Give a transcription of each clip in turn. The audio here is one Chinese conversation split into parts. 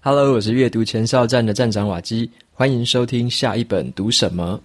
Hello， 我是阅读前哨站的站长瓦基，欢迎收听下一本读什么。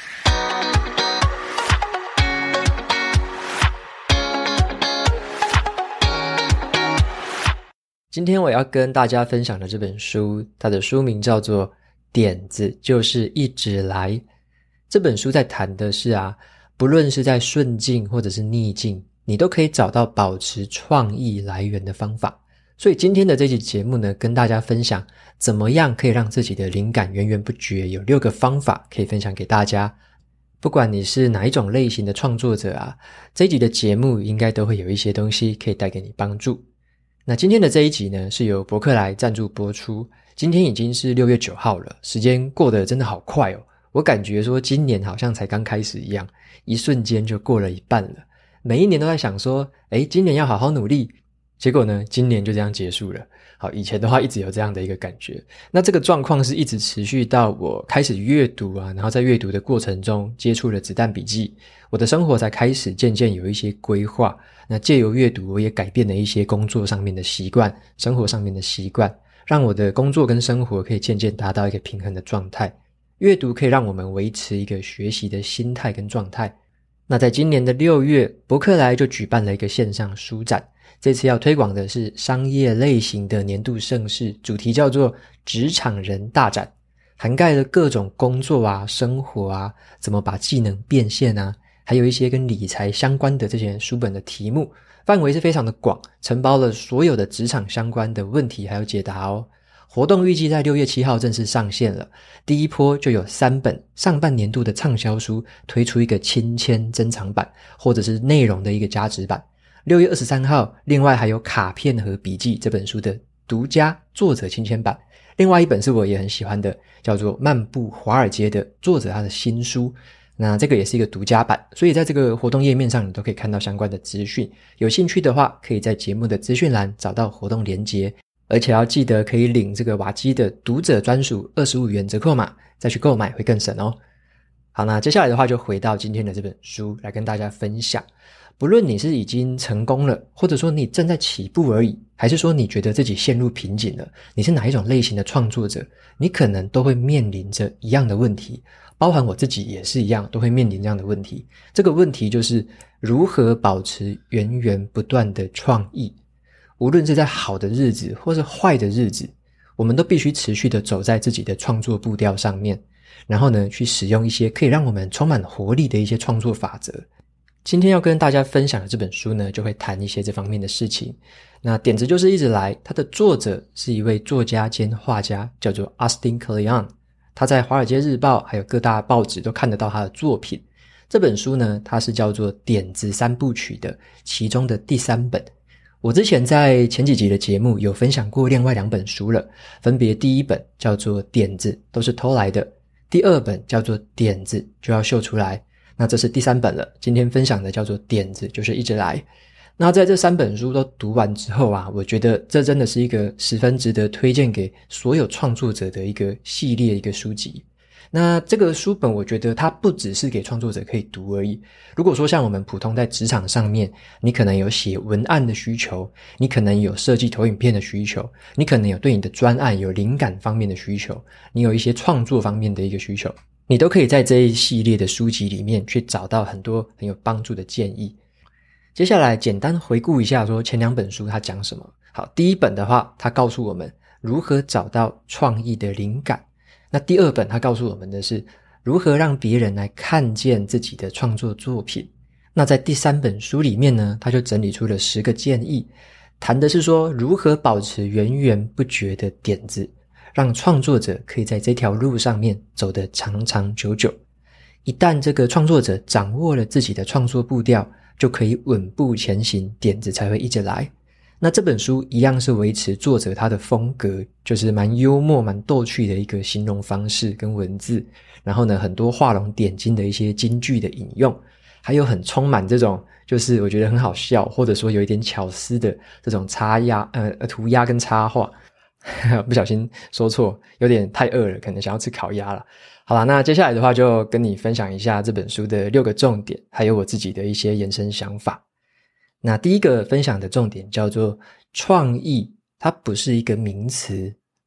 今天我要跟大家分享的这本书，它的书名叫做《点子就是一直来》。这本书在谈的是不论是在顺境或者是逆境，你都可以找到保持创意来源的方法。所以今天的这期节目呢，跟大家分享怎么样可以让自己的灵感源源不绝，有6个方法可以分享给大家。不管你是哪一种类型的创作者这一集的节目应该都会有一些东西可以带给你帮助。那今天的这一集呢，是由博客来赞助播出。今天已经是6月9号了，时间过得真的好快哦。我感觉说今年好像才刚开始一样，一瞬间就过了一半了。每一年都在想说今年要好好努力，结果呢今年就这样结束了。好，以前的话一直有这样的一个感觉。那这个状况是一直持续到我开始阅读然后在阅读的过程中接触了子弹笔记，我的生活才开始渐渐有一些规划。那借由阅读，我也改变了一些工作上面的习惯，生活上面的习惯，让我的工作跟生活可以渐渐达到一个平衡的状态。阅读可以让我们维持一个学习的心态跟状态。那在今年的6月，博客来就举办了一个线上书展，这次要推广的是商业类型的年度盛事，主题叫做职场人大展，涵盖了各种工作生活怎么把技能变现还有一些跟理财相关的这些书本的题目，范围是非常的广，承包了所有的职场相关的问题还有解答哦。活动预计在6月7号正式上线了，第一波就有3本上半年度的畅销书推出一个亲签珍藏版，或者是内容的一个加值版。6月23号另外还有卡片和笔记这本书的独家作者亲签版，另外一本是我也很喜欢的，叫做漫步华尔街的作者他的新书，那这个也是一个独家版，所以在这个活动页面上你都可以看到相关的资讯，有兴趣的话可以在节目的资讯栏找到活动连结，而且要记得可以领这个瓦基的读者专属25元折扣码，再去购买会更省哦。好，那接下来的话就回到今天的这本书来跟大家分享。不论你是已经成功了，或者说你正在起步而已，还是说你觉得自己陷入瓶颈了，你是哪一种类型的创作者，你可能都会面临着一样的问题，包含我自己也是一样，都会面临这样的问题。这个问题就是如何保持源源不断的创意。无论是在好的日子或是坏的日子，我们都必须持续的走在自己的创作步调上面，然后呢去使用一些可以让我们充满活力的一些创作法则。今天要跟大家分享的这本书呢，就会谈一些这方面的事情。那点子就是一直来，它的作者是一位作家兼画家，叫做 Austin Kleon， 他在华尔街日报还有各大报纸都看得到他的作品。这本书呢，它是叫做点子3部曲的其中的第3本。我之前在前几集的节目有分享过另外2本书了，分别第一本叫做点子都是偷来的，第2本叫做点子就要秀出来，那这是第3本了，今天分享的叫做点子就是一直来。那在这3本书都读完之后我觉得这真的是一个十分值得推荐给所有创作者的一个系列一个书籍。那这个书本我觉得它不只是给创作者可以读而已，如果说像我们普通在职场上面，你可能有写文案的需求，你可能有设计投影片的需求，你可能有对你的专案有灵感方面的需求，你有一些创作方面的一个需求，你都可以在这一系列的书籍里面去找到很多很有帮助的建议。接下来简单回顾一下说前2本书它讲什么。好，第一本的话，它告诉我们如何找到创意的灵感。那第2本它告诉我们的是如何让别人来看见自己的创作作品。那在第3本书里面呢，它就整理出了10个建议，谈的是说如何保持源源不绝的点子，让创作者可以在这条路上面走得长长久久。一旦这个创作者掌握了自己的创作步调，就可以稳步前行，点子才会一直来。那这本书一样是维持作者他的风格，就是蛮幽默蛮逗趣的一个形容方式跟文字，然后呢很多画龙点睛的一些金句的引用，还有很充满这种就是我觉得很好笑或者说有一点巧思的这种涂鸦跟插画不小心说错，有点太饿了，可能想要吃烤鸭了。好啦，那接下来的话就跟你分享一下这本书的6个重点，还有我自己的一些延伸想法。那第一个分享的重点叫做创意，它不是一个名词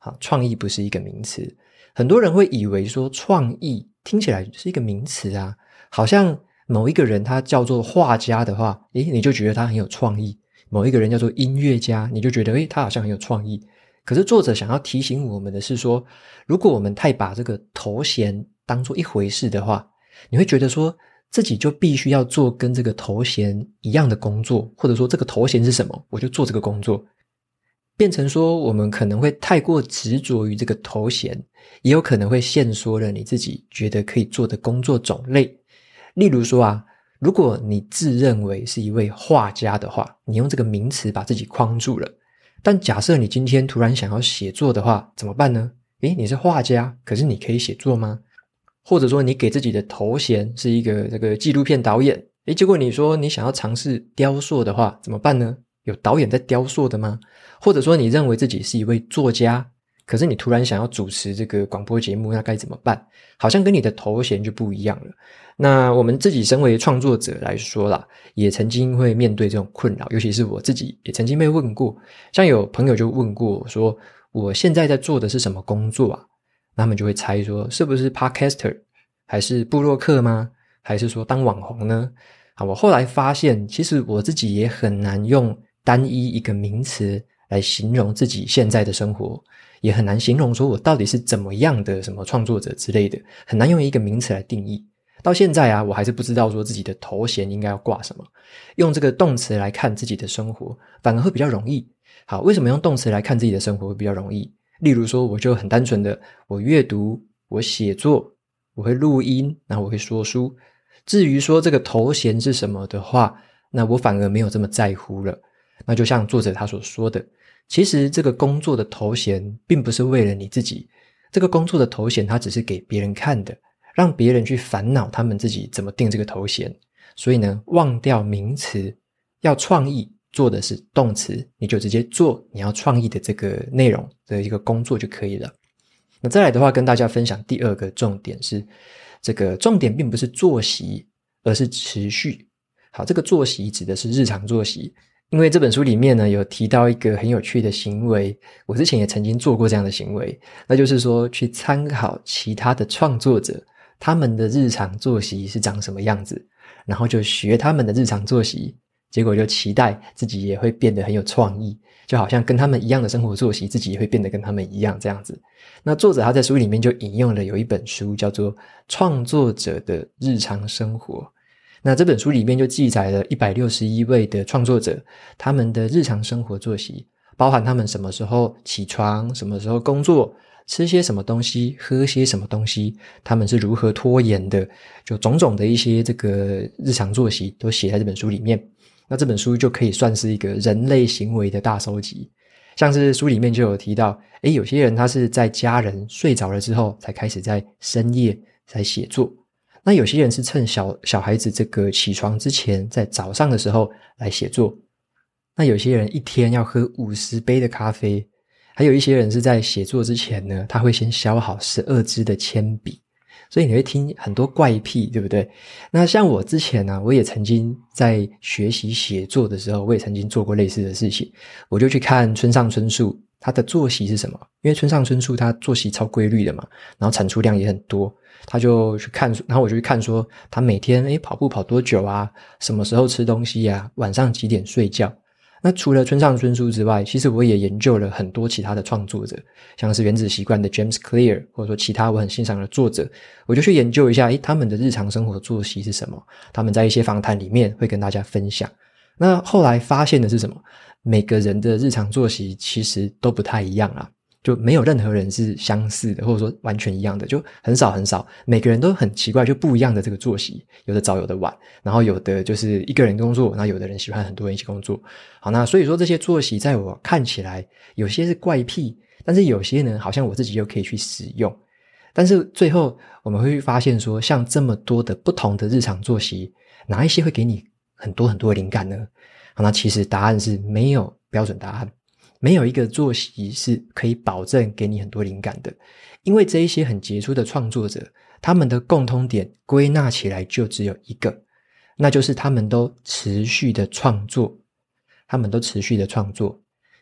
好，创意不是一个名词。很多人会以为说创意听起来是一个名词啊，好像某一个人他叫做画家的话，你就觉得他很有创意；某一个人叫做音乐家，你就觉得他好像很有创意。可是作者想要提醒我们的是说，如果我们太把这个头衔当作一回事的话，你会觉得说自己就必须要做跟这个头衔一样的工作，或者说这个头衔是什么，我就做这个工作。变成说我们可能会太过执着于这个头衔，也有可能会限缩了你自己觉得可以做的工作种类。例如说啊，如果你自认为是一位画家的话，你用这个名词把自己框住了。但假设你今天突然想要写作的话，怎么办呢？你是画家，可是你可以写作吗？或者说你给自己的头衔是一个这个纪录片导演，结果你说你想要尝试雕塑的话，怎么办呢？有导演在雕塑的吗？或者说你认为自己是一位作家，可是你突然想要主持这个广播节目，那该怎么办？好像跟你的头衔就不一样了。那我们自己身为创作者来说啦，也曾经会面对这种困扰，尤其是我自己也曾经被问过，像有朋友就问过我说，我现在在做的是什么工作啊？那他们就会猜说，是不是 podcaster， 还是部落客吗？还是说当网红呢？我后来发现，其实我自己也很难用单一一个名词来形容自己现在的生活，也很难形容说我到底是怎么样的什么创作者之类的，很难用一个名词来定义。到现在啊，我还是不知道说自己的头衔应该要挂什么。用这个动词来看自己的生活，反而会比较容易。好，为什么用动词来看自己的生活会比较容易？例如说，我就很单纯的，我阅读，我写作，我会录音，然后我会说书。至于说这个头衔是什么的话，那我反而没有这么在乎了。那就像作者他所说的，其实这个工作的头衔并不是为了你自己，这个工作的头衔它只是给别人看的，让别人去烦恼他们自己怎么定这个头衔。所以呢，忘掉名词，要创意做的是动词，你就直接做你要创意的这个内容的一个工作就可以了。那再来的话，跟大家分享第二个重点是，这个重点并不是作息，而是持续。好，这个作息指的是日常作息，因为这本书里面呢有提到一个很有趣的行为，我之前也曾经做过这样的行为，那就是说去参考其他的创作者，他们的日常作息是长什么样子，然后就学他们的日常作息，结果就期待自己也会变得很有创意，就好像跟他们一样的生活作息，自己也会变得跟他们一样这样子。那作者他在书里面就引用了有一本书叫做《创作者的日常生活》。那这本书里面就记载了161位的创作者，他们的日常生活作息，包含他们什么时候起床，什么时候工作，吃些什么东西，喝些什么东西，他们是如何拖延的，就种种的一些这个日常作息都写在这本书里面。那这本书就可以算是一个人类行为的大收集。像是书里面就有提到，有些人他是在家人睡着了之后才开始在深夜才写作，那有些人是趁小孩子这个起床之前，在早上的时候来写作，那有些人一天要喝50杯的咖啡，还有一些人是在写作之前呢，他会先削好12支的铅笔。所以你会听很多怪癖，对不对？那像我之前呢，我也曾经在学习写作的时候，我也曾经做过类似的事情。我就去看村上春树他的作息是什么，因为村上春树他作息超规律的嘛，然后产出量也很多，他就去看，然后我就去看说他每天跑步跑多久啊，什么时候吃东西啊，晚上几点睡觉。那除了村上春树之外，其实我也研究了很多其他的创作者，像是原子习惯的 James Clear， 或者说其他我很欣赏的作者，我就去研究一下他们的日常生活作息是什么，他们在一些访谈里面会跟大家分享。那后来发现的是什么？每个人的日常作息其实都不太一样啦，就没有任何人是相似的，或者说完全一样的，就很少很少，每个人都很奇怪，就不一样的这个作息，有的早有的晚，然后有的就是一个人工作，然后有的人喜欢很多人一起工作。好，那所以说这些作息在我看起来有些是怪癖，但是有些呢好像我自己又可以去使用。但是最后我们会发现说，像这么多的不同的日常作息，哪一些会给你很多很多的灵感呢？好，那其实答案是没有标准答案，没有一个作息是可以保证给你很多灵感的，因为这一些很杰出的创作者，他们的共通点归纳起来就只有一个，那就是他们都持续的创作，他们都持续的创作。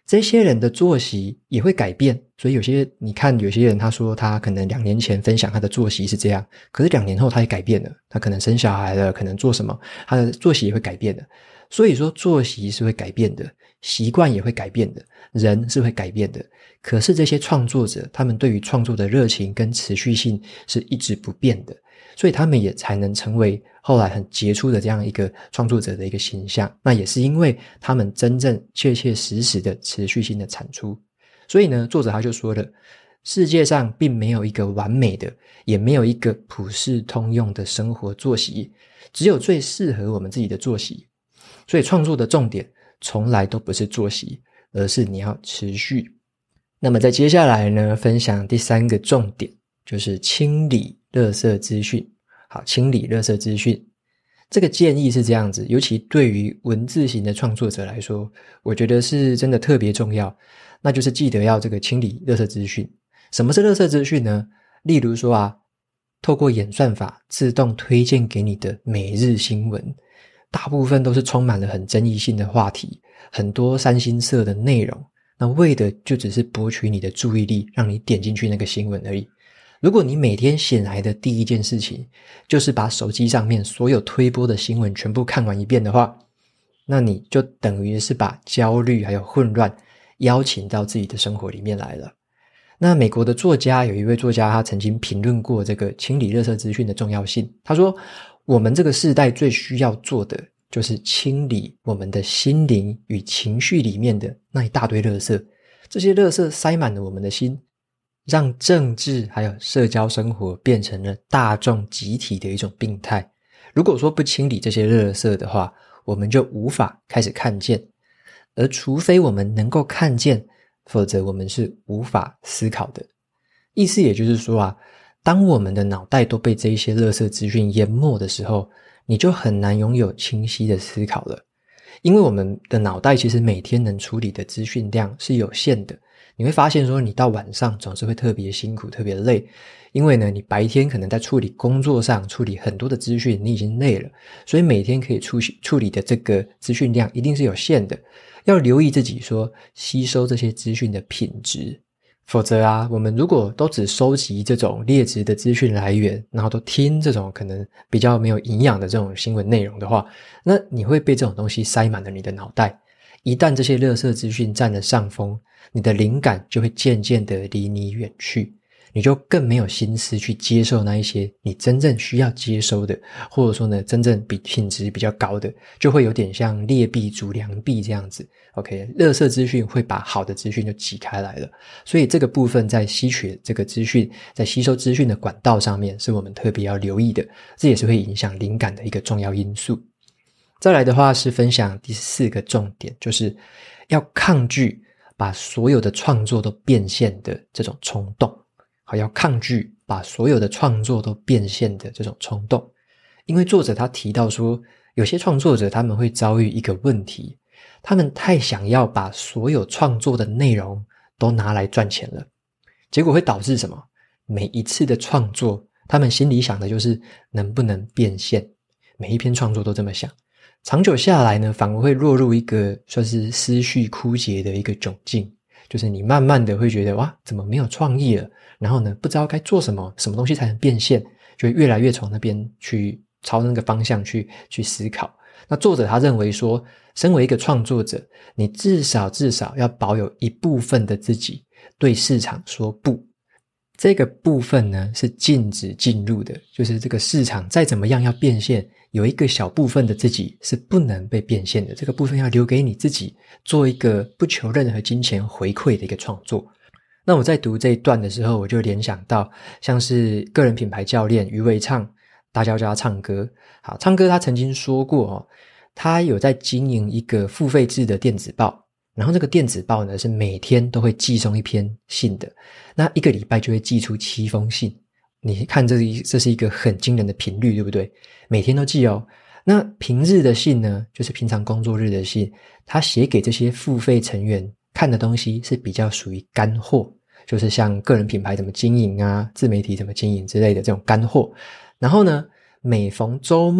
这些人的作息也会改变，所以你看有些人他说他可能2年前分享他的作息是这样，可是2年后他也改变了，他可能生小孩了，可能做什么，他的作息也会改变的。所以说作息是会改变的，习惯也会改变的，人是会改变的。可是这些创作者，他们对于创作的热情跟持续性是一直不变的，所以他们也才能成为后来很杰出的这样一个创作者的一个形象。那也是因为他们真正切切实实的持续性的产出。所以呢，作者他就说了，世界上并没有一个完美的，也没有一个普世通用的生活作息，只有最适合我们自己的作息。所以创作的重点从来都不是作息，而是你要持续。那么在接下来呢，分享第3个重点，就是清理垃圾资讯。好，清理垃圾资讯这个建议是这样子，尤其对于文字型的创作者来说，我觉得是真的特别重要。那就是记得要这个清理垃圾资讯。什么是垃圾资讯呢？例如说啊，透过演算法自动推荐给你的每日新闻，大部分都是充满了很争议性的话题，很多三星色的内容，那为的就只是博取你的注意力，让你点进去那个新闻而已。如果你每天醒来的第一件事情就是把手机上面所有推播的新闻全部看完一遍的话，那你就等于是把焦虑还有混乱邀请到自己的生活里面来了。那美国的作家，有一位作家，他曾经评论过这个清理垃圾资讯的重要性。他说，我们这个世代最需要做的就是清理我们的心灵与情绪里面的那一大堆垃圾，这些垃圾塞满了我们的心，让政治还有社交生活变成了大众集体的一种病态。如果说不清理这些垃圾的话，我们就无法开始看见，而除非我们能够看见，否则我们是无法思考的。意思也就是说啊，当我们的脑袋都被这一些垃圾资讯淹没的时候，你就很难拥有清晰的思考了。因为我们的脑袋其实每天能处理的资讯量是有限的，你会发现说你到晚上总是会特别辛苦特别累，因为呢你白天可能在处理工作上处理很多的资讯，你已经累了，所以每天可以处理的这个资讯量一定是有限的，要留意自己说吸收这些资讯的品质。否则啊，我们如果都只收集这种劣质的资讯来源，然后都听这种可能比较没有营养的这种新闻内容的话，那你会被这种东西塞满了你的脑袋。一旦这些垃圾资讯占了上风，你的灵感就会渐渐的离你远去，你就更没有心思去接受那一些你真正需要接收的，或者说呢真正品质比较高的，就会有点像劣币逐良币这样子。OK， 垃圾资讯会把好的资讯就挤开来了，所以这个部分在吸取这个资讯，在吸收资讯的管道上面是我们特别要留意的，这也是会影响灵感的一个重要因素。再来的话是分享第4个重点，就是要抗拒把所有的创作都变现的这种冲动。好，要抗拒把所有的创作都变现的这种冲动。因为作者他提到说，有些创作者他们会遭遇一个问题，他们太想要把所有创作的内容都拿来赚钱了，结果会导致什么？每一次的创作，他们心里想的就是能不能变现，每一篇创作都这么想。长久下来呢，反而会落入一个算是思绪枯竭的一个窘境，就是你慢慢的会觉得哇，怎么没有创意了？然后呢，不知道该做什么东西才能变现，就会越来越从那边去朝那个方向去思考。那作者他认为说，身为一个创作者，你至少要保有一部分的自己对市场说不。这个部分呢是禁止进入的，就是这个市场再怎么样要变现，有一个小部分的自己是不能被变现的，这个部分要留给你自己，做一个不求任何金钱回馈的一个创作。那我在读这一段的时候，我就联想到像是个人品牌教练余维畅，大家叫他唱歌。好，唱歌他曾经说过他有在经营一个付费制的电子报，然后这个电子报呢是每天都会寄送一篇信的，那一个礼拜就会寄出7封信。你看这是一个很惊人的频率，对不对？每天都寄哦。那平日的信呢，就是平常工作日的信，他写给这些付费成员看的东西是比较属于干货，就是像个人品牌怎么经营啊，自媒体怎么经营之类的这种干货。然后呢，每逢周末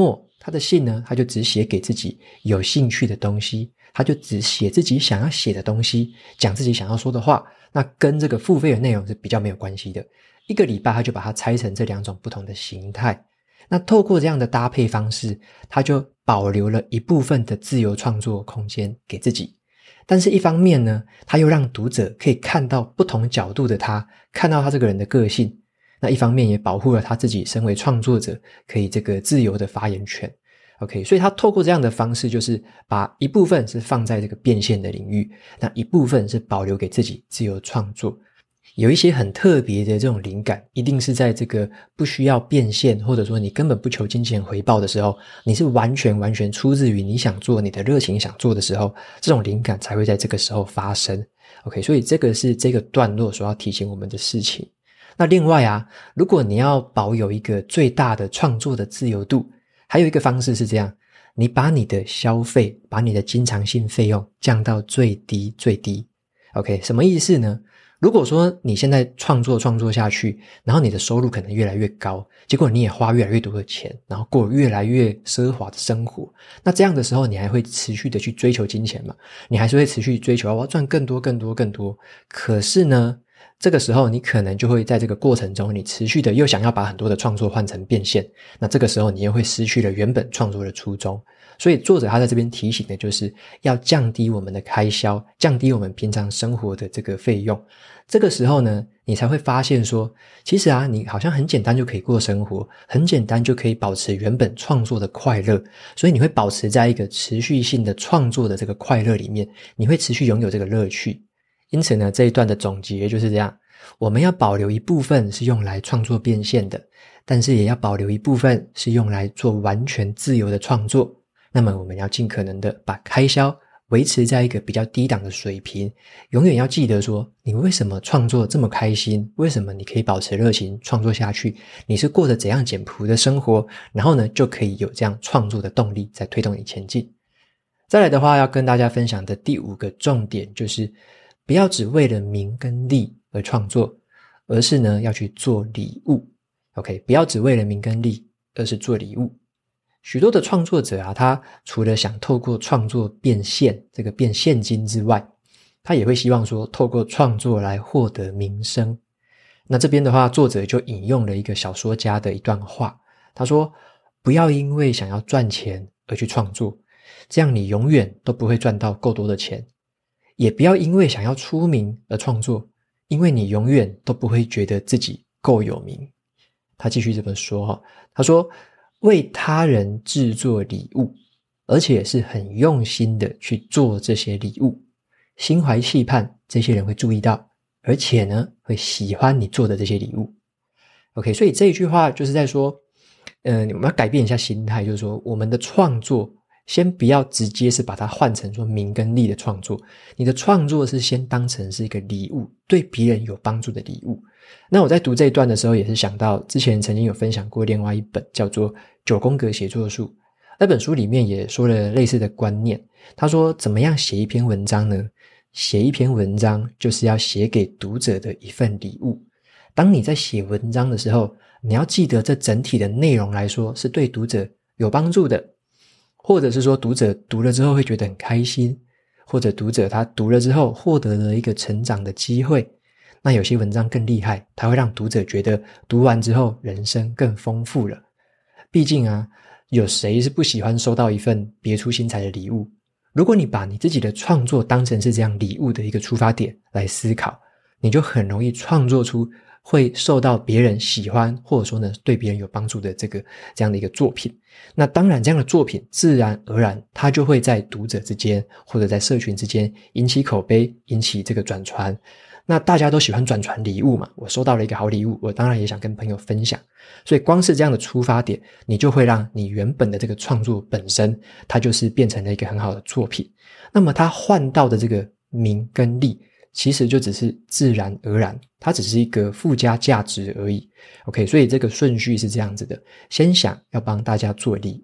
他的信呢，他就只写给自己有兴趣的东西，他就只写自己想要写的东西，讲自己想要说的话，那跟这个付费的内容是比较没有关系的。一个礼拜他就把它拆成这2种不同的形态，那透过这样的搭配方式，他就保留了一部分的自由创作空间给自己，但是一方面呢，他又让读者可以看到不同角度的他，看到他这个人的个性，那一方面也保护了他自己身为创作者可以这个自由的发言权。OK， 所以他透过这样的方式，就是把一部分是放在这个变现的领域，那一部分是保留给自己自由创作。有一些很特别的这种灵感，一定是在这个不需要变现，或者说你根本不求金钱回报的时候，你是完全出自于你想做你的热情想做的时候，这种灵感才会在这个时候发生。OK， 所以这个是这个段落所要提醒我们的事情。那另外啊，如果你要保有一个最大的创作的自由度，还有一个方式是这样，你把你的消费，把你的经常性费用降到最低。OK， 什么意思呢？如果说你现在创作下去，然后你的收入可能越来越高，结果你也花越来越多的钱，然后过越来越奢华的生活，那这样的时候你还会持续的去追求金钱吗？你还是会持续追求我要赚更多。可是呢，这个时候你可能就会在这个过程中，你持续的又想要把很多的创作换成变现，那这个时候你又会失去了原本创作的初衷。所以作者他在这边提醒的就是要降低我们的开销，降低我们平常生活的这个费用。这个时候呢，你才会发现说，其实啊，你好像很简单就可以过生活，很简单就可以保持原本创作的快乐，所以你会保持在一个持续性的创作的这个快乐里面，你会持续拥有这个乐趣。因此呢，这一段的总结就是这样，我们要保留一部分是用来创作变现的，但是也要保留一部分是用来做完全自由的创作。那么我们要尽可能的把开销维持在一个比较低档的水平，永远要记得说，你为什么创作这么开心，为什么你可以保持热情创作下去，你是过着怎样简朴的生活，然后呢就可以有这样创作的动力在推动你前进。再来的话，要跟大家分享的第5个重点就是不要只为了名跟利而创作，而是呢要去做礼物。 OK， 不要只为了名跟利，而是做礼物。许多的创作者啊，他除了想透过创作变现，这个变现金之外，他也会希望说透过创作来获得名声。那这边的话，作者就引用了一个小说家的一段话，他说，不要因为想要赚钱而去创作，这样你永远都不会赚到够多的钱。也不要因为想要出名而创作，因为你永远都不会觉得自己够有名。他继续这么说，他说，为他人制作礼物，而且是很用心的去做这些礼物，心怀期盼这些人会注意到，而且呢会喜欢你做的这些礼物。 OK， 所以这一句话就是在说我们要改变一下心态，就是说我们的创作先不要直接是把它换成说名跟利的创作，你的创作是先当成是一个礼物，对别人有帮助的礼物。那我在读这一段的时候也是想到之前曾经有分享过另外一本叫做9宫格写作术，那本书里面也说了类似的观念。他说怎么样写一篇文章呢？写一篇文章就是要写给读者的一份礼物。当你在写文章的时候，你要记得这整体的内容来说是对读者有帮助的，或者是说读者读了之后会觉得很开心，或者读者他读了之后获得了一个成长的机会。那有些文章更厉害，它会让读者觉得读完之后人生更丰富了。毕竟啊，有谁是不喜欢收到一份别出心裁的礼物？如果你把你自己的创作当成是这样礼物的一个出发点来思考，你就很容易创作出会受到别人喜欢，或者说呢对别人有帮助的这样的一个作品。那当然这样的作品自然而然它就会在读者之间或者在社群之间引起口碑，引起这个转传。那大家都喜欢转传礼物嘛，我收到了一个好礼物，我当然也想跟朋友分享。所以光是这样的出发点，你就会让你原本的这个创作本身它就是变成了一个很好的作品。那么它换到的这个名跟利其实就只是自然而然，它只是一个附加价值而已。 OK， 所以这个顺序是这样子的，先想要帮大家做礼物，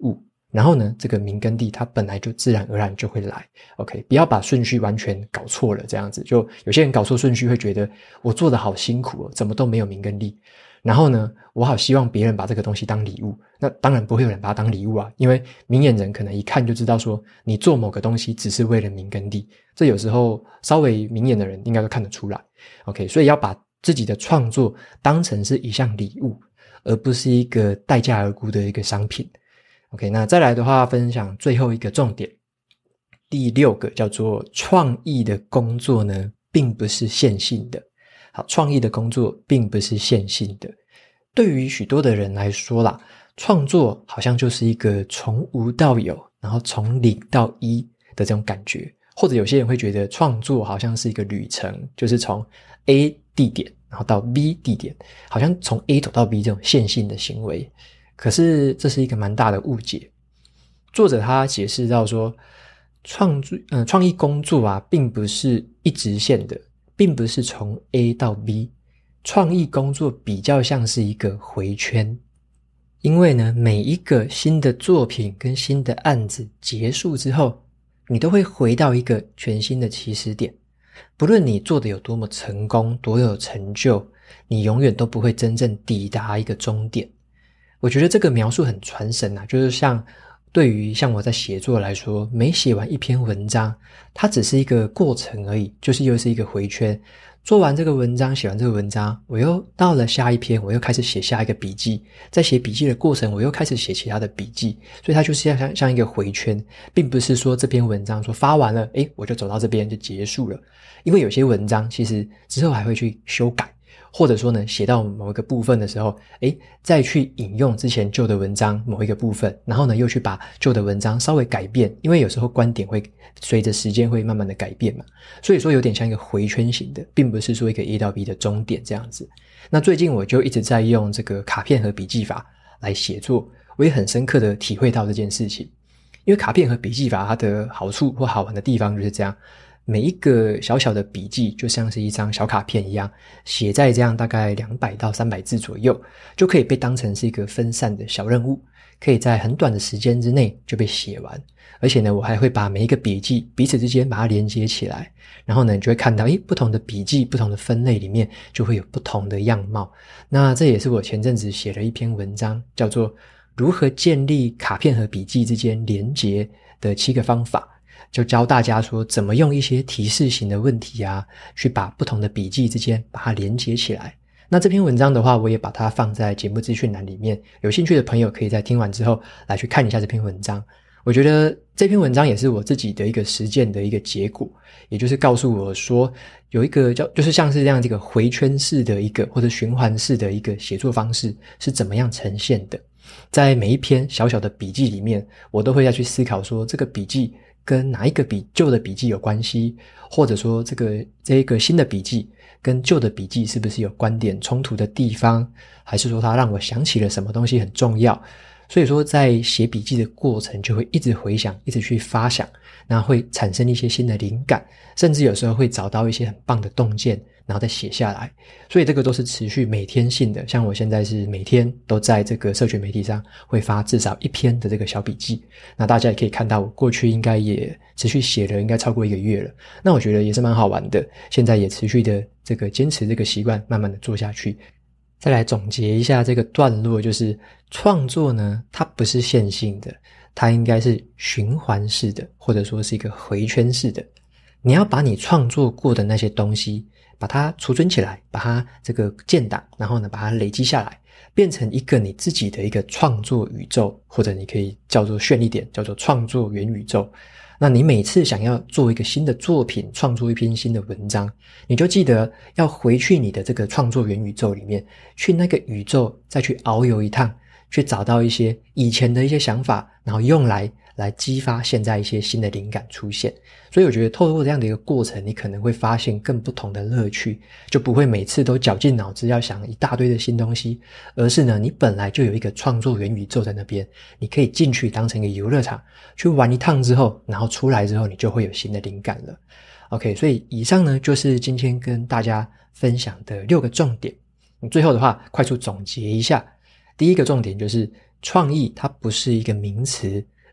然后呢，这个名跟利它本来就自然而然就会来。OK， 不要把顺序完全搞错了，这样子就有些人搞错顺序会觉得我做得好辛苦哦，怎么都没有名跟利。然后呢，我好希望别人把这个东西当礼物，那当然不会有人把它当礼物啊，因为明眼人可能一看就知道说你做某个东西只是为了名跟利，这有时候稍微明眼的人应该都看得出来。OK， 所以要把自己的创作当成是一项礼物，而不是一个待价而沽的一个商品。OK， 那再来的话，分享最后一个重点，第6个叫做创意的工作呢，并不是线性的。好，创意的工作并不是线性的。对于许多的人来说啦，创作好像就是一个从无到有，然后从0到1的这种感觉。或者有些人会觉得创作好像是一个旅程，就是从 A 地点然后到 B 地点，好像从 A 走到 B 这种线性的行为。可是这是一个蛮大的误解。作者他解释到说，创意工作啊，并不是一直线的，并不是从 A 到 B， 创意工作比较像是一个回圈。因为呢，每一个新的作品跟新的案子结束之后，你都会回到一个全新的起始点。不论你做的有多么成功，多有成就，你永远都不会真正抵达一个终点。我觉得这个描述很传神啊，就是对于像我在写作来说，每写完一篇文章，它只是一个过程而已，就是又是一个回圈。做完这个文章，写完这个文章，我又到了下一篇，我又开始写下一个笔记，在写笔记的过程，我又开始写其他的笔记，所以它就是像一个回圈，并不是说这篇文章说发完了，我就走到这边就结束了。因为有些文章其实之后还会去修改，或者说呢，写到某一个部分的时候，再去引用之前旧的文章某一个部分，然后呢，又去把旧的文章稍微改变，因为有时候观点会随着时间会慢慢的改变嘛，所以说有点像一个回圈型的，并不是说一个 A 到 B 的终点这样子。那最近我就一直在用这个卡片和笔记法来写作，我也很深刻的体会到这件事情。因为卡片和笔记法它的好处或好玩的地方就是这样，每一个小小的笔记就像是一张小卡片一样，写在这样大概200到300字左右，就可以被当成是一个分散的小任务，可以在很短的时间之内就被写完。而且呢，我还会把每一个笔记彼此之间把它连接起来，然后呢，你就会看到不同的笔记不同的分类里面就会有不同的样貌。那这也是我前阵子写了一篇文章，叫做如何建立卡片和笔记之间连结的7个方法，就教大家说怎么用一些提示型的问题啊，去把不同的笔记之间把它连接起来。那这篇文章的话，我也把它放在节目资讯栏里面，有兴趣的朋友可以在听完之后来去看一下这篇文章。我觉得这篇文章也是我自己的一个实践的一个结果，也就是告诉我说有一个就是像是这样这个回圈式的一个或者循环式的一个写作方式是怎么样呈现的。在每一篇小小的笔记里面，我都会要去思考说这个笔记跟哪一个旧的笔记有关系，或者说这个新的笔记跟旧的笔记是不是有观点冲突的地方，还是说它让我想起了什么东西很重要。所以说在写笔记的过程就会一直回想，一直去发想，然后会产生一些新的灵感，甚至有时候会找到一些很棒的洞见，然后再写下来。所以这个都是持续每天性的，像我现在是每天都在这个社群媒体上会发至少1篇的这个小笔记。那大家也可以看到我过去应该也持续写了应该超过1个月了，那我觉得也是蛮好玩的，现在也持续的这个坚持这个习惯，慢慢的做下去。再来总结一下这个段落，就是创作呢，它不是线性的，它应该是循环式的，或者说是一个回圈式的。你要把你创作过的那些东西把它储存起来，把它这个建档，然后呢把它累积下来，变成一个你自己的一个创作宇宙，或者你可以叫做炫一点，叫做创作元宇宙。那你每次想要做一个新的作品，创作一篇新的文章，你就记得要回去你的这个创作元宇宙里面，去那个宇宙再去遨游一趟，去找到一些以前的一些想法，然后用来激发现在一些新的灵感出现。所以我觉得透过这样的一个过程，你可能会发现更不同的乐趣，就不会每次都绞尽脑汁要想一大堆的新东西，而是呢你本来就有一个创作元宇宙在那边，你可以进去当成一个游乐场去玩一趟之后，然后出来之后你就会有新的灵感了。 OK， 所以以上呢就是今天跟大家分享的6个重点。最后的话快速总结一下，第一个重点就是创意它不是一个名词，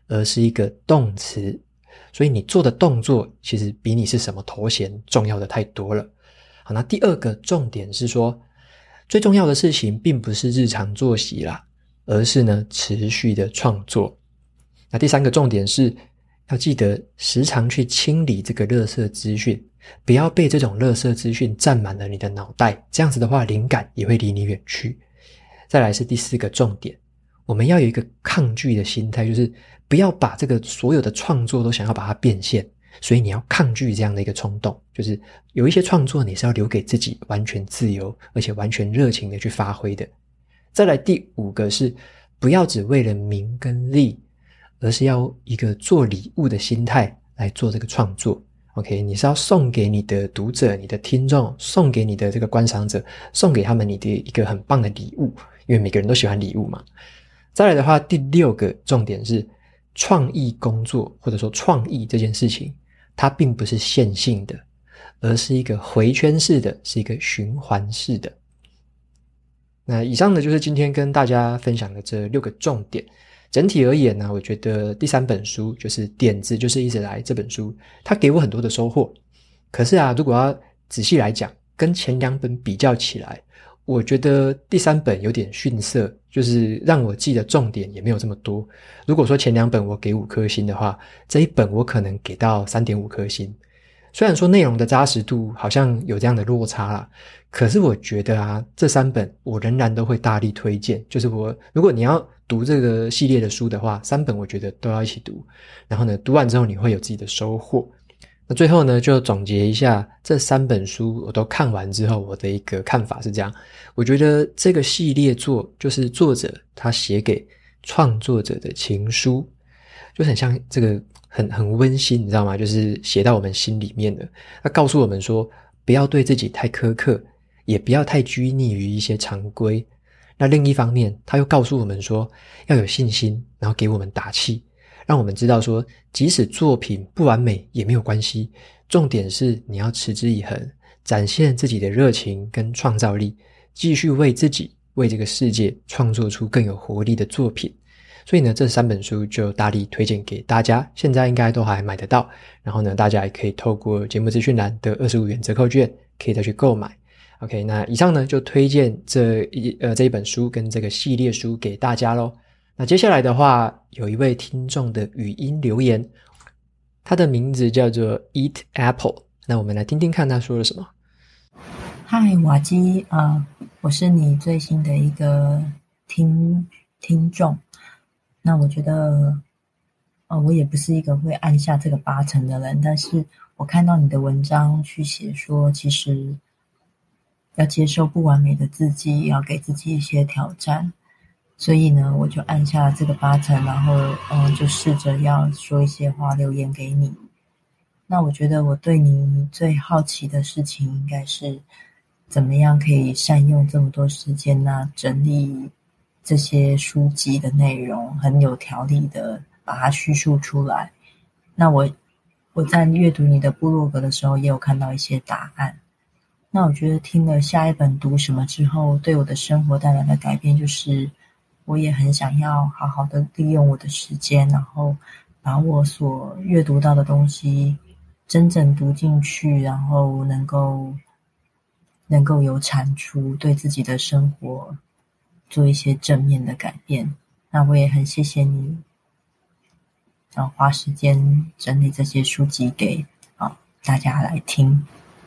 而是一个动词。所以你做的动作其实比你是什么头衔重要的太多了。好，那第二个重点是说，最重要的事情并不是日常作息啦，而是呢持续的创作。那第三个重点是要记得时常去清理这个垃圾资讯，不要被这种垃圾资讯占满了你的脑袋，这样子的话灵感也会离你远去。再来是第四个重点，我们要有一个抗拒的心态，就是不要把这个所有的创作都想要把它变现，所以你要抗拒这样的一个冲动，就是有一些创作你是要留给自己完全自由而且完全热情的去发挥的。再来第五个是不要只为了名跟利，而是要一个做礼物的心态来做这个创作。 OK， 你是要送给你的读者、你的听众，送给你的这个观赏者，送给他们你的一个很棒的礼物，因为每个人都喜欢礼物嘛。再来的话，第六个重点是创意工作，或者说创意这件事情，它并不是线性的，而是一个回圈式的，是一个循环式的。那以上呢就是今天跟大家分享的这6个重点。整体而言呢，我觉得第3本书就是点子就是一直来这本书，它给我很多的收获。可是啊，如果要仔细来讲，跟前2本比较起来，我觉得第3本有点逊色，就是让我记的重点也没有这么多。如果说前2本我给5颗星的话，这一本我可能给到 3.5 颗星。虽然说内容的扎实度好像有这样的落差啦，可是我觉得啊，这3本我仍然都会大力推荐。就是如果你要读这个系列的书的话，3本我觉得都要一起读。然后呢，读完之后你会有自己的收获。那最后呢，就总结一下这3本书我都看完之后，我的一个看法是这样。我觉得这个系列作就是作者他写给创作者的情书，就很像这个很温馨，你知道吗？就是写到我们心里面的。他告诉我们说，不要对自己太苛刻，也不要太拘泥于一些常规。那另一方面，他又告诉我们说，要有信心，然后给我们打气，让我们知道说，即使作品不完美也没有关系，重点是你要持之以恒，展现自己的热情跟创造力，继续为自己、为这个世界创作出更有活力的作品。所以呢，这3本书就大力推荐给大家，现在应该都还买得到。然后呢，大家也可以透过节目资讯栏的25元折扣券，可以再去购买。OK， 那以上呢就推荐这一本书跟这个系列书给大家咯。那接下来的话，有一位听众的语音留言，他的名字叫做 Eat Apple。那我们来听听看他说了什么。 嗨，瓦基，我是你最新的一个听众。那我觉得，我也不是一个会按下这个8成的人，但是我看到你的文章去写说，其实要接受不完美的自己，要给自己一些挑战。所以呢，我就按下这个8成，然后就试着要说一些话留言给你。那我觉得我对你最好奇的事情应该是怎么样可以善用这么多时间整理这些书籍的内容，很有条理的把它叙述出来。那我在阅读你的部落格的时候也有看到一些答案。那我觉得听了下一本读什么之后，对我的生活带来的改变就是我也很想要好好的利用我的时间，然后把我所阅读到的东西真正读进去，然后能够有产出，对自己的生活做一些正面的改变。那我也很谢谢你花时间整理这些书籍给大家来听。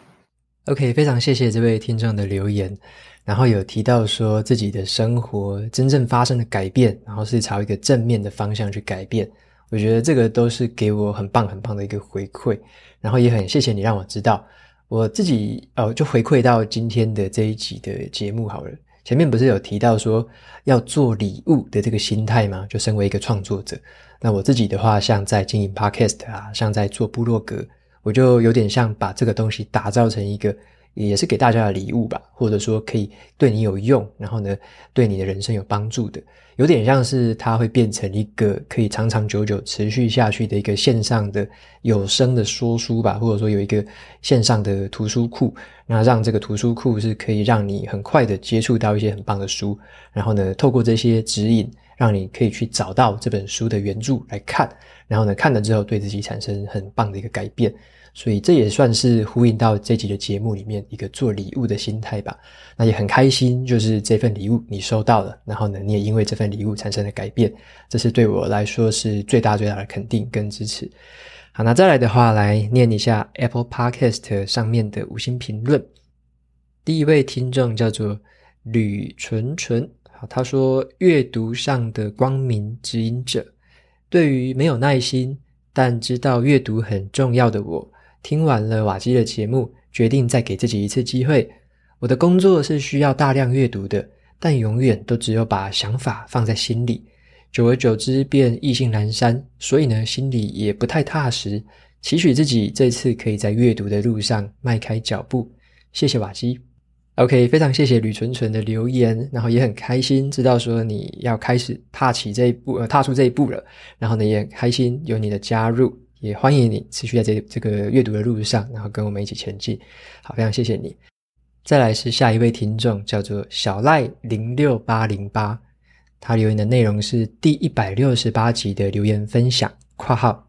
OK， 非常谢谢这位听众的留言，然后有提到说自己的生活真正发生的改变，然后是朝一个正面的方向去改变。我觉得这个都是给我很棒很棒的一个回馈，然后也很谢谢你让我知道。我自己就回馈到今天的这一集的节目好了。前面不是有提到说要做礼物的这个心态吗？就身为一个创作者，那我自己的话，像在经营 Podcast 啊，像在做部落格，我就有点像把这个东西打造成一个也是给大家的礼物吧，或者说可以对你有用，然后呢对你的人生有帮助的，有点像是它会变成一个可以长长久久持续下去的一个线上的有声的说书吧，或者说有一个线上的图书库，那让这个图书库是可以让你很快的接触到一些很棒的书，然后呢透过这些指引让你可以去找到这本书的原著来看，然后呢看了之后对自己产生很棒的一个改变。所以这也算是呼应到这集的节目里面一个做礼物的心态吧。那也很开心，就是这份礼物你收到了，然后呢你也因为这份礼物产生了改变，这是对我来说是最大的肯定跟支持。好，那再来的话来念一下 Apple Podcast 上面的5星评论。第一位听众叫做吕纯纯，他说阅读上的光明指引者，对于没有耐心但知道阅读很重要的我，听完了瓦基的节目，决定再给自己一次机会。我的工作是需要大量阅读的，但永远都只有把想法放在心里，久而久之便意兴阑珊，所以呢心里也不太踏实。期许自己这次可以在阅读的路上迈开脚步。谢谢瓦基。OK， 非常谢谢吕纯纯的留言，然后也很开心知道说你要开始踏出这一步了，然后呢也很开心有你的加入，也欢迎你持续在这个阅读的路上，然后跟我们一起前进。好，非常谢谢你。再来是下一位听众叫做小赖06808，他留言的内容是第168集的留言分享括号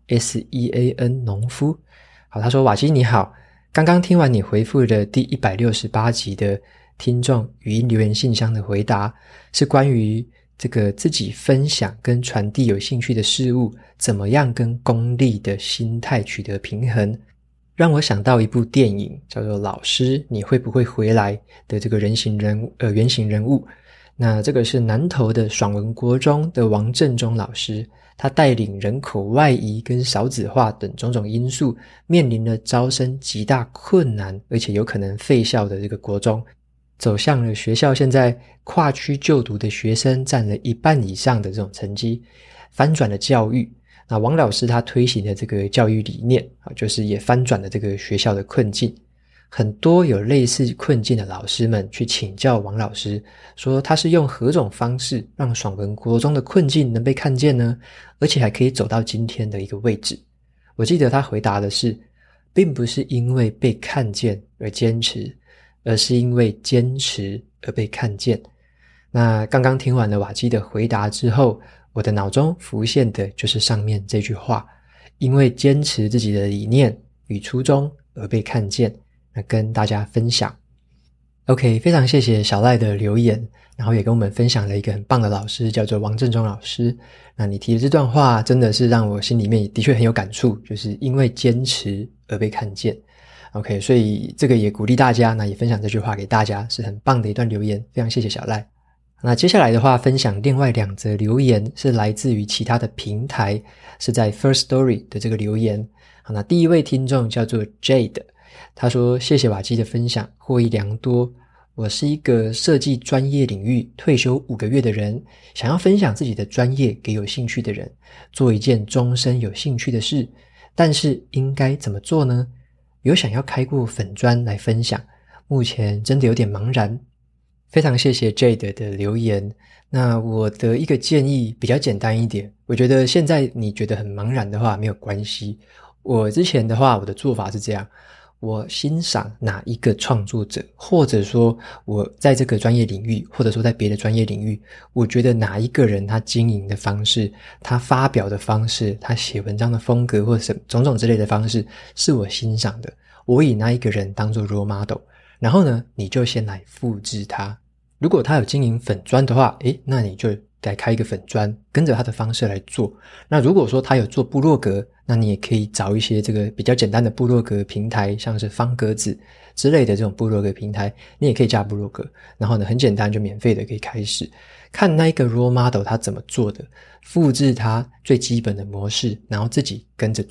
SEAN 农夫。好，他说瓦基你好，刚刚听完你回复的第168集的听众语音留言信箱的回答，是关于这个自己分享跟传递有兴趣的事物怎么样跟功利的心态取得平衡，让我想到一部电影叫做老师你会不会回来的这个原型人物。那这个是南投的爽文国中的王正中老师，他带领人口外移跟少子化等种种因素，面临了招生极大困难而且有可能废校的这个国中，走向了学校现在跨区就读的学生占了1半以上的这种成绩，翻转了教育。那王老师他推行的这个教育理念就是也翻转了这个学校的困境。很多有类似困境的老师们去请教王老师，说他是用何种方式让爽文国中的困境能被看见呢？而且还可以走到今天的一个位置。我记得他回答的是，并不是因为被看见而坚持，而是因为坚持而被看见。那刚刚听完了瓦基的回答之后，我的脑中浮现的就是上面这句话，因为坚持自己的理念与初衷而被看见，那跟大家分享。OK， 非常谢谢小赖的留言，然后也跟我们分享了一个很棒的老师，叫做王正中老师。那你提的这段话真的是让我心里面的确很有感触，就是因为坚持而被看见。OK， 所以这个也鼓励大家，那也分享这句话给大家，是很棒的一段留言，非常谢谢小赖。那接下来的话，分享另外2则留言，是来自于其他的平台，是在 First Story 的这个留言。好，那第一位听众叫做 Jade， 他说谢谢瓦基的分享，获益良多。我是一个设计专业领域退休5个月的人，想要分享自己的专业给有兴趣的人，做一件终身有兴趣的事，但是应该怎么做呢？有想要开过粉专来分享，目前真的有点茫然。非常谢谢 Jade 的留言。那我的一个建议比较简单一点，我觉得现在你觉得很茫然的话没有关系。我之前的话，我的做法是这样，我欣赏哪一个创作者，或者说我在这个专业领域，或者说在别的专业领域，我觉得哪一个人他经营的方式，他发表的方式，他写文章的风格，或者种种之类的方式是我欣赏的，我以那一个人当作 role model， 然后呢你就先来复制他。如果他有经营粉专的话，那你就来开一个粉专，跟着他的方式来做。那如果说他有做部落格，那你也可以找一些这个比较简单的部落格平台，像是方格子之类的这种部落格平台，你也可以加部落格，然后呢很简单就免费的可以开始看那一个 role model 他怎么做的，复制他最基本的模式，然后自己跟着做。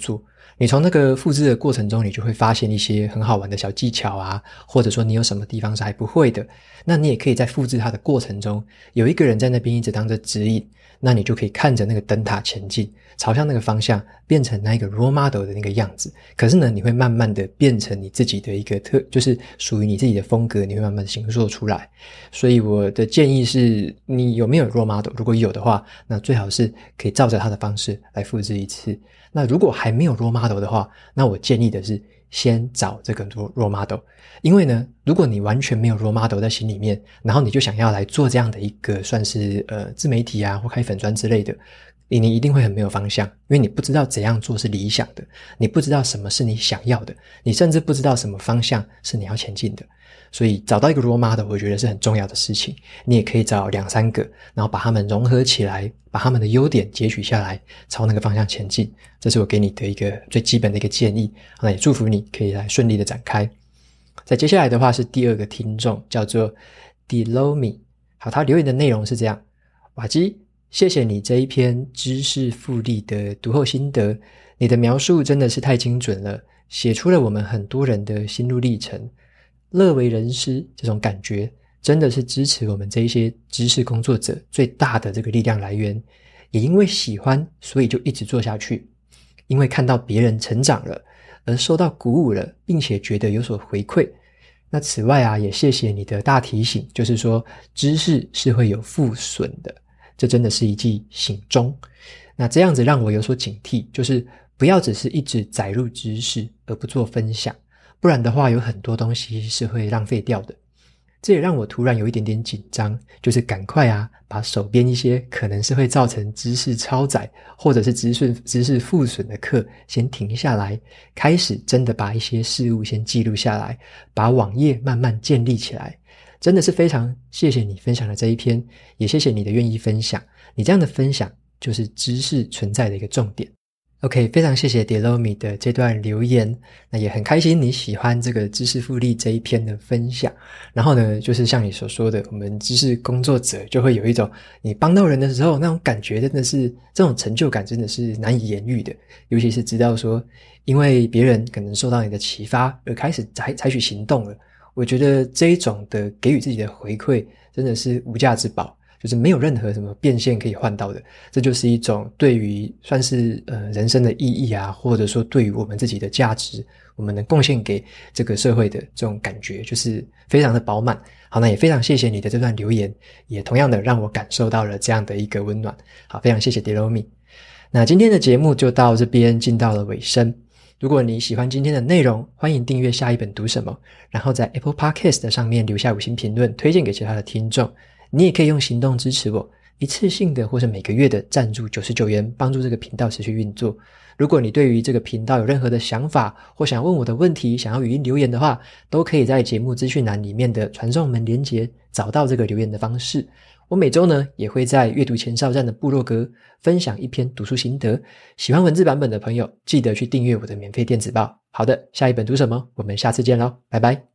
你从那个复制的过程中，你就会发现一些很好玩的小技巧啊，或者说你有什么地方是还不会的，那你也可以在复制它的过程中，有一个人在那边一直当着指引，那你就可以看着那个灯塔前进，朝向那个方向，变成那一个 role model 的那个样子。可是呢，你会慢慢的变成你自己的一个就是属于你自己的风格，你会慢慢形塑出来。所以我的建议是，你有没有 role model？ 如果有的话，那最好是可以照着他的方式来复制一次。那如果还没有 role model 的话，那我建议的是先找这个 role model。因为呢，如果你完全没有 role model 在心里面，然后你就想要来做这样的一个算是自媒体啊或开粉专之类的，你一定会很没有方向，因为你不知道怎样做是理想的，你不知道什么是你想要的，你甚至不知道什么方向是你要前进的。所以找到一个 role model 我觉得是很重要的事情。你也可以找2-3个，然后把他们融合起来，把他们的优点截取下来，朝那个方向前进。这是我给你的一个最基本的一个建议，那也祝福你可以来顺利的展开。再接下来的话是第二个听众，叫做 Delomi。 好，他留言的内容是这样：瓦基，谢谢你这一篇知识复利的读后心得，你的描述真的是太精准了，写出了我们很多人的心路历程。乐为人师这种感觉真的是支持我们这一些知识工作者最大的这个力量来源。也因为喜欢，所以就一直做下去，因为看到别人成长了而受到鼓舞了，并且觉得有所回馈。那此外啊，也谢谢你的大提醒，就是说知识是会有负损的，这真的是一记醒钟。那这样子让我有所警惕，就是不要只是一直载入知识而不做分享，不然的话有很多东西是会浪费掉的。这也让我突然有一点点紧张，就是赶快啊把手边一些可能是会造成知识超载或者是知识负损的课先停下来，开始真的把一些事物先记录下来，把网页慢慢建立起来。真的是非常谢谢你分享的这一篇，也谢谢你的愿意分享，你这样的分享就是知识存在的一个重点。OK， 非常谢谢 Delomi 的这段留言，那也很开心你喜欢这个知识复利这一篇的分享。然后呢，就是像你所说的，我们知识工作者就会有一种你帮到人的时候那种感觉，真的是这种成就感真的是难以言喻的。尤其是知道说因为别人可能受到你的启发而开始采取行动了，我觉得这一种的给予自己的回馈真的是无价之宝，就是没有任何什么变现可以换到的。这就是一种对于算是人生的意义啊，或者说对于我们自己的价值，我们能贡献给这个社会的这种感觉，就是非常的饱满。好，那也非常谢谢你的这段留言，也同样的让我感受到了这样的一个温暖。好，非常谢谢 Delomi。 那今天的节目就到这边进到了尾声。如果你喜欢今天的内容，欢迎订阅下一本读什么，然后在 Apple Podcast 上面留下5星评论，推荐给其他的听众。你也可以用行动支持我，一次性的或是每个月的赞助99元，帮助这个频道持续运作。如果你对于这个频道有任何的想法，或想问我的问题，想要语音留言的话，都可以在节目资讯栏里面的传送门连结找到这个留言的方式。我每周呢也会在阅读前哨站的部落格分享一篇读书心得，喜欢文字版本的朋友记得去订阅我的免费电子报。好的，下一本读什么？我们下次见咯，拜拜。